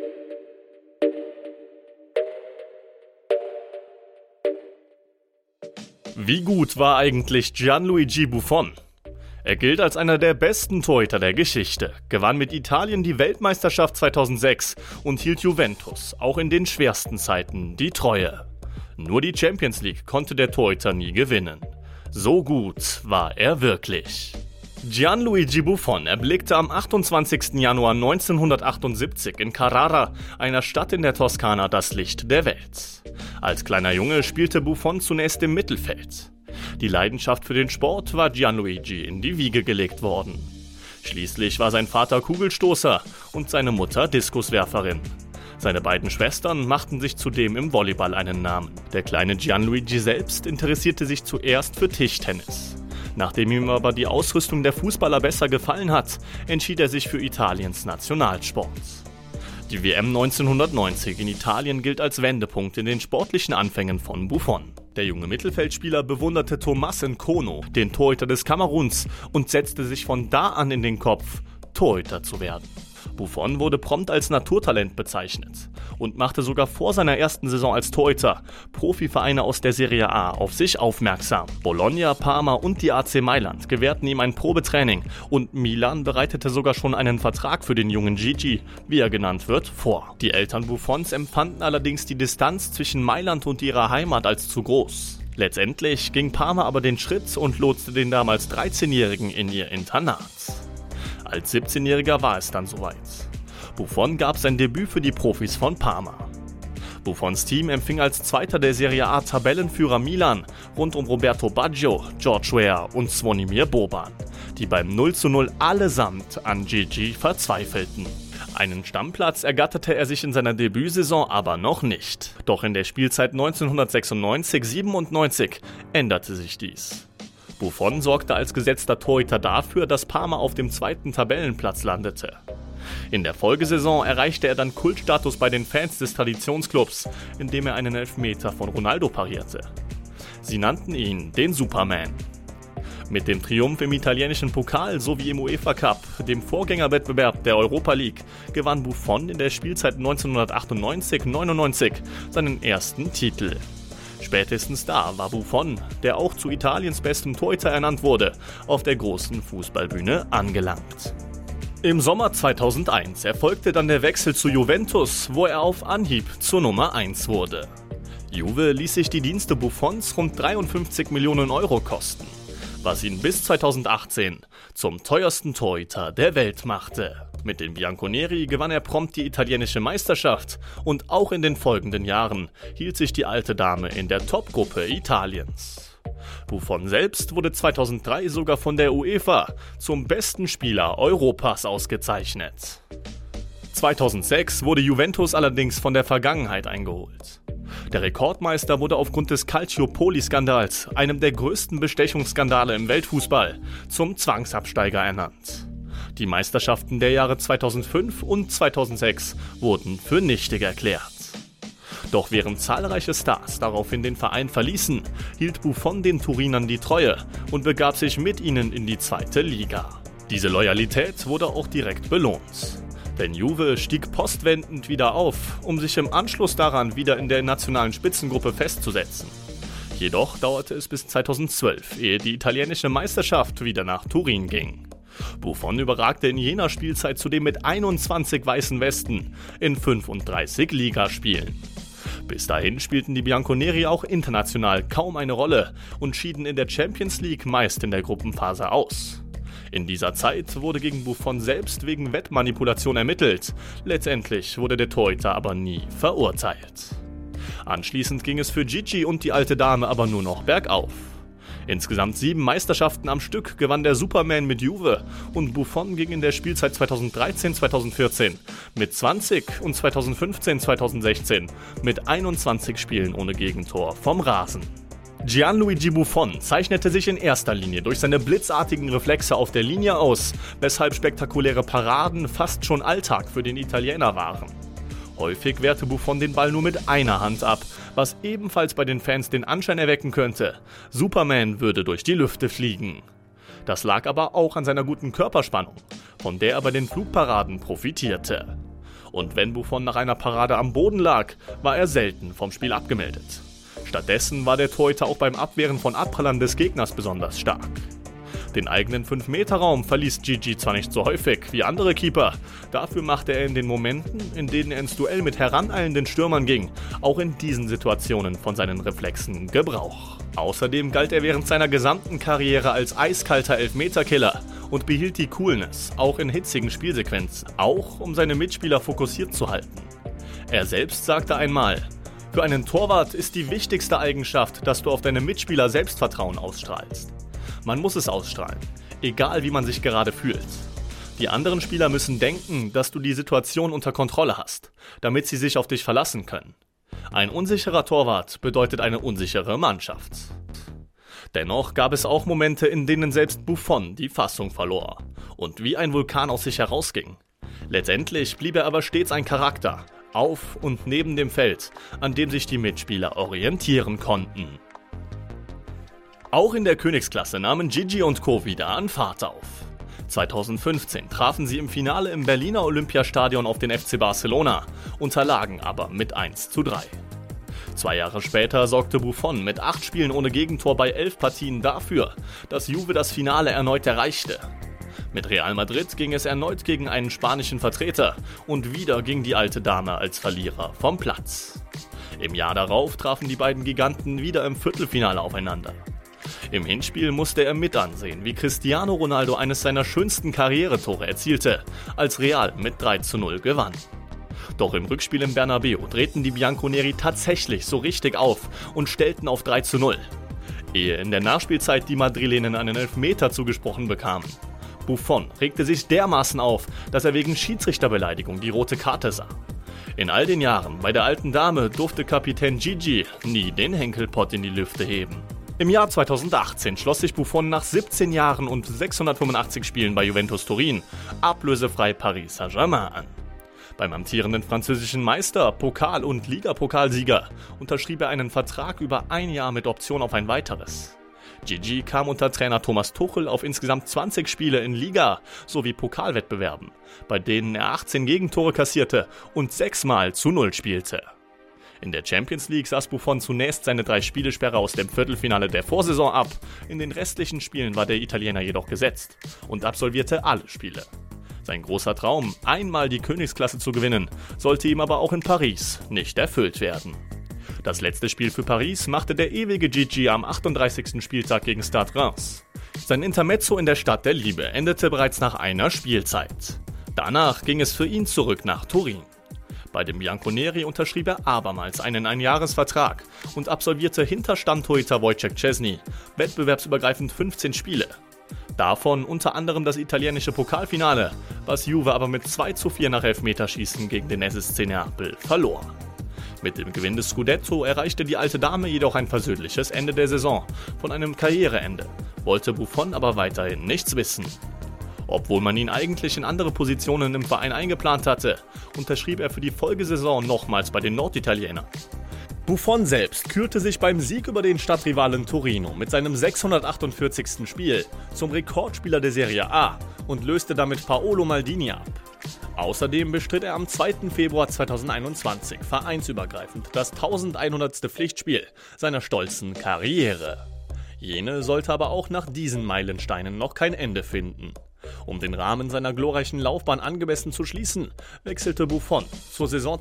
Wie gut war eigentlich Gianluigi Buffon? Er gilt als einer der besten Torhüter der Geschichte, gewann mit Italien die Weltmeisterschaft 2006 und hielt Juventus, auch in den schwersten Zeiten, die Treue. Nur die Champions League konnte der Torhüter nie gewinnen. So gut war er wirklich. Gianluigi Buffon erblickte am 28. Januar 1978 in Carrara, einer Stadt in der Toskana, das Licht der Welt. Als kleiner Junge spielte Buffon zunächst im Mittelfeld. Die Leidenschaft für den Sport war Gianluigi in die Wiege gelegt worden. Schließlich war sein Vater Kugelstoßer und seine Mutter Diskuswerferin. Seine beiden Schwestern machten sich zudem im Volleyball einen Namen. Der kleine Gianluigi selbst interessierte sich zuerst für Tischtennis. Nachdem ihm aber die Ausrüstung der Fußballer besser gefallen hat, entschied er sich für Italiens Nationalsport. Die WM 1990 in Italien gilt als Wendepunkt in den sportlichen Anfängen von Buffon. Der junge Mittelfeldspieler bewunderte Thomas Nkono, den Torhüter des Kameruns, und setzte sich von da an in den Kopf, Torhüter zu werden. Buffon wurde prompt als Naturtalent bezeichnet und machte sogar vor seiner ersten Saison als Torhüter Profivereine aus der Serie A auf sich aufmerksam. Bologna, Parma und die AC Mailand gewährten ihm ein Probetraining und Milan bereitete sogar schon einen Vertrag für den jungen Gigi, wie er genannt wird, vor. Die Eltern Buffons empfanden allerdings die Distanz zwischen Mailand und ihrer Heimat als zu groß. Letztendlich ging Parma aber den Schritt und lotste den damals 13-Jährigen in ihr Internat. Als 17-Jähriger war es dann soweit. Buffon gab sein Debüt für die Profis von Parma. Buffons Team empfing als Zweiter der Serie A Tabellenführer Milan rund um Roberto Baggio, George Weah und Zvonimir Boban, die beim 0:0 allesamt an Gigi verzweifelten. Einen Stammplatz ergatterte er sich in seiner Debütsaison aber noch nicht. Doch in der Spielzeit 1996-97 änderte sich dies. Buffon sorgte als gesetzter Torhüter dafür, dass Parma auf dem zweiten Tabellenplatz landete. In der Folgesaison erreichte er dann Kultstatus bei den Fans des Traditionsclubs, indem er einen Elfmeter von Ronaldo parierte. Sie nannten ihn den Superman. Mit dem Triumph im italienischen Pokal sowie im UEFA Cup, dem Vorgängerwettbewerb der Europa League, gewann Buffon in der Spielzeit 1998-99 seinen ersten Titel. Spätestens da war Buffon, der auch zu Italiens bestem Torhüter ernannt wurde, auf der großen Fußballbühne angelangt. Im Sommer 2001 erfolgte dann der Wechsel zu Juventus, wo er auf Anhieb zur Nummer 1 wurde. Juve ließ sich die Dienste Buffons rund 53 Millionen Euro kosten, was ihn bis 2018 zum teuersten Torhüter der Welt machte. Mit den Bianconeri gewann er prompt die italienische Meisterschaft und auch in den folgenden Jahren hielt sich die alte Dame in der Topgruppe Italiens. Buffon selbst wurde 2003 sogar von der UEFA zum besten Spieler Europas ausgezeichnet. 2006 wurde Juventus allerdings von der Vergangenheit eingeholt. Der Rekordmeister wurde aufgrund des Calciopoli-Skandals, einem der größten Bestechungsskandale im Weltfußball, zum Zwangsabsteiger ernannt. Die Meisterschaften der Jahre 2005 und 2006 wurden für nichtig erklärt. Doch während zahlreiche Stars daraufhin den Verein verließen, hielt Buffon den Turinern die Treue und begab sich mit ihnen in die zweite Liga. Diese Loyalität wurde auch direkt belohnt. Denn Juve stieg postwendend wieder auf, um sich im Anschluss daran wieder in der nationalen Spitzengruppe festzusetzen. Jedoch dauerte es bis 2012, ehe die italienische Meisterschaft wieder nach Turin ging. Buffon überragte in jener Spielzeit zudem mit 21 weißen Westen in 35 Ligaspielen. Bis dahin spielten die Bianconeri auch international kaum eine Rolle und schieden in der Champions League meist in der Gruppenphase aus. In dieser Zeit wurde gegen Buffon selbst wegen Wettmanipulation ermittelt. Letztendlich wurde der Torhüter aber nie verurteilt. Anschließend ging es für Gigi und die alte Dame aber nur noch bergauf. Insgesamt 7 Meisterschaften am Stück gewann der Superman mit Juve und Buffon ging in der Spielzeit 2013-2014 mit 20 und 2015-2016 mit 21 Spielen ohne Gegentor vom Rasen. Gianluigi Buffon zeichnete sich in erster Linie durch seine blitzartigen Reflexe auf der Linie aus, weshalb spektakuläre Paraden fast schon Alltag für den Italiener waren. Häufig wehrte Buffon den Ball nur mit einer Hand ab, was ebenfalls bei den Fans den Anschein erwecken könnte, Superman würde durch die Lüfte fliegen. Das lag aber auch an seiner guten Körperspannung, von der er bei den Flugparaden profitierte. Und wenn Buffon nach einer Parade am Boden lag, war er selten vom Spiel abgemeldet. Stattdessen war der Torhüter auch beim Abwehren von Abprallern des Gegners besonders stark. Den eigenen 5-Meter-Raum verließ Gigi zwar nicht so häufig wie andere Keeper, dafür machte er in den Momenten, in denen er ins Duell mit heraneilenden Stürmern ging, auch in diesen Situationen von seinen Reflexen Gebrauch. Außerdem galt er während seiner gesamten Karriere als eiskalter Elfmeterkiller und behielt die Coolness, auch in hitzigen Spielsequenzen, auch um seine Mitspieler fokussiert zu halten. Er selbst sagte einmal: Für einen Torwart ist die wichtigste Eigenschaft, dass du auf deine Mitspieler Selbstvertrauen ausstrahlst. Man muss es ausstrahlen, egal wie man sich gerade fühlt. Die anderen Spieler müssen denken, dass du die Situation unter Kontrolle hast, damit sie sich auf dich verlassen können. Ein unsicherer Torwart bedeutet eine unsichere Mannschaft. Dennoch gab es auch Momente, in denen selbst Buffon die Fassung verlor und wie ein Vulkan aus sich herausging. Letztendlich blieb er aber stets ein Charakter, auf und neben dem Feld, an dem sich die Mitspieler orientieren konnten. Auch in der Königsklasse nahmen Gigi und Co. wieder an Fahrt auf. 2015 trafen sie im Finale im Berliner Olympiastadion auf den FC Barcelona, unterlagen aber mit 1:3. 2 Jahre später sorgte Buffon mit 8 Spielen ohne Gegentor bei 11 Partien dafür, dass Juve das Finale erneut erreichte. Mit Real Madrid ging es erneut gegen einen spanischen Vertreter und wieder ging die alte Dame als Verlierer vom Platz. Im Jahr darauf trafen die beiden Giganten wieder im Viertelfinale aufeinander. Im Hinspiel musste er mit ansehen, wie Cristiano Ronaldo eines seiner schönsten Karrieretore erzielte, als Real mit 3:0 gewann. Doch im Rückspiel im Bernabeu drehten die Bianconeri tatsächlich so richtig auf und stellten auf 3:0, ehe in der Nachspielzeit die Madrilenen einen Elfmeter zugesprochen bekamen. Buffon regte sich dermaßen auf, dass er wegen Schiedsrichterbeleidigung die rote Karte sah. In all den Jahren bei der alten Dame durfte Kapitän Gigi nie den Henkelpott in die Lüfte heben. Im Jahr 2018 schloss sich Buffon nach 17 Jahren und 685 Spielen bei Juventus Turin ablösefrei Paris Saint-Germain an. Beim amtierenden französischen Meister, Pokal- und Ligapokalsieger unterschrieb er einen Vertrag über 1 Jahr mit Option auf ein weiteres. Gigi kam unter Trainer Thomas Tuchel auf insgesamt 20 Spiele in Liga- sowie Pokalwettbewerben, bei denen er 18 Gegentore kassierte und 6-mal zu 0 spielte. In der Champions League saß Buffon zunächst seine 3-Spiele-Sperre aus dem Viertelfinale der Vorsaison ab. In den restlichen Spielen war der Italiener jedoch gesetzt und absolvierte alle Spiele. Sein großer Traum, einmal die Königsklasse zu gewinnen, sollte ihm aber auch in Paris nicht erfüllt werden. Das letzte Spiel für Paris machte der ewige Gigi am 38. Spieltag gegen Stade Reims. Sein Intermezzo in der Stadt der Liebe endete bereits nach einer Spielzeit. Danach ging es für ihn zurück nach Turin. Bei den Bianconeri unterschrieb er abermals einen Einjahresvertrag und absolvierte hinter Stammtorhüter Wojciech Szczesny wettbewerbsübergreifend 15 Spiele. Davon unter anderem das italienische Pokalfinale, was Juve aber mit 2:4 nach Elfmeterschießen gegen den SSC Neapel verlor. Mit dem Gewinn des Scudetto erreichte die alte Dame jedoch ein versöhnliches Ende der Saison. Von einem Karriereende wollte Buffon aber weiterhin nichts wissen. Obwohl man ihn eigentlich in andere Positionen im Verein eingeplant hatte, unterschrieb er für die Folgesaison nochmals bei den Norditalienern. Buffon selbst kürte sich beim Sieg über den Stadtrivalen Torino mit seinem 648. Spiel zum Rekordspieler der Serie A und löste damit Paolo Maldini ab. Außerdem bestritt er am 2. Februar 2021 vereinsübergreifend das 1100. Pflichtspiel seiner stolzen Karriere. Jene sollte aber auch nach diesen Meilensteinen noch kein Ende finden. Um den Rahmen seiner glorreichen Laufbahn angemessen zu schließen, wechselte Buffon zur Saison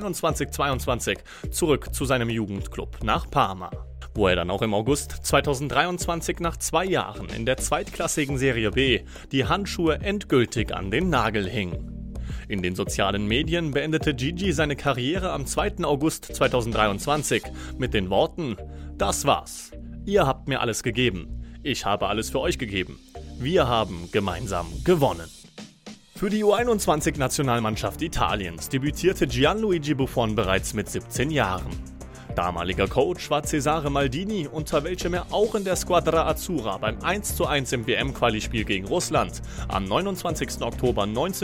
2021-22 zurück zu seinem Jugendklub nach Parma, wo er dann auch im August 2023 nach 2 Jahren in der zweitklassigen Serie B die Handschuhe endgültig an den Nagel hing. In den sozialen Medien beendete Gigi seine Karriere am 2. August 2023 mit den Worten: „Das war's. Ihr habt mir alles gegeben. Ich habe alles für euch gegeben. Wir haben gemeinsam gewonnen." Für die U21-Nationalmannschaft Italiens debütierte Gianluigi Buffon bereits mit 17 Jahren. Damaliger Coach war Cesare Maldini, unter welchem er auch in der Squadra Azzurra beim 1:1 im WM-Quali-Spiel gegen Russland am 29. Oktober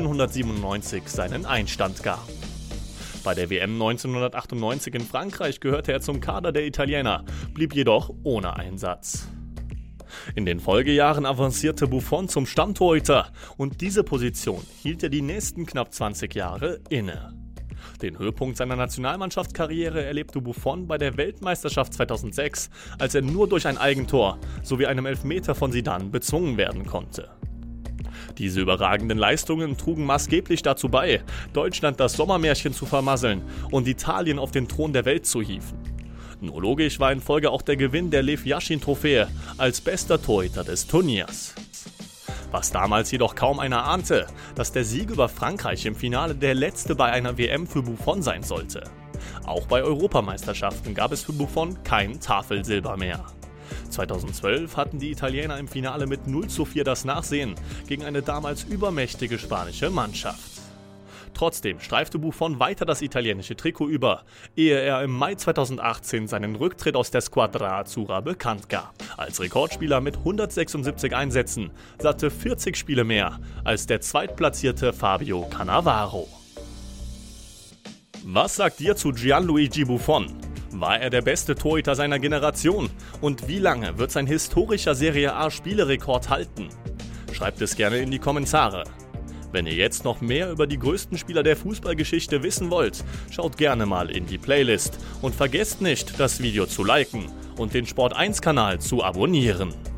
1997 seinen Einstand gab. Bei der WM 1998 in Frankreich gehörte er zum Kader der Italiener, blieb jedoch ohne Einsatz. In den Folgejahren avancierte Buffon zum Stammtorhüter und diese Position hielt er die nächsten knapp 20 Jahre inne. Den Höhepunkt seiner Nationalmannschaftskarriere erlebte Buffon bei der Weltmeisterschaft 2006, als er nur durch ein Eigentor sowie einem Elfmeter von Zidane bezwungen werden konnte. Diese überragenden Leistungen trugen maßgeblich dazu bei, Deutschland das Sommermärchen zu vermasseln und Italien auf den Thron der Welt zu hieven. Nur logisch war in Folge auch der Gewinn der Lev Yashin-Trophäe als bester Torhüter des Turniers. Was damals jedoch kaum einer ahnte, dass der Sieg über Frankreich im Finale der letzte bei einer WM für Buffon sein sollte. Auch bei Europameisterschaften gab es für Buffon kein Tafelsilber mehr. 2012 hatten die Italiener im Finale mit 0:4 das Nachsehen gegen eine damals übermächtige spanische Mannschaft. Trotzdem streifte Buffon weiter das italienische Trikot über, ehe er im Mai 2018 seinen Rücktritt aus der Squadra Azzurra bekannt gab. Als Rekordspieler mit 176 Einsätzen, satte 40 Spiele mehr als der zweitplatzierte Fabio Cannavaro. Was sagt ihr zu Gianluigi Buffon? War er der beste Torhüter seiner Generation? Und wie lange wird sein historischer Serie A Spielerekord halten? Schreibt es gerne in die Kommentare. Wenn ihr jetzt noch mehr über die größten Spieler der Fußballgeschichte wissen wollt, schaut gerne mal in die Playlist und vergesst nicht, das Video zu liken und den Sport1-Kanal zu abonnieren.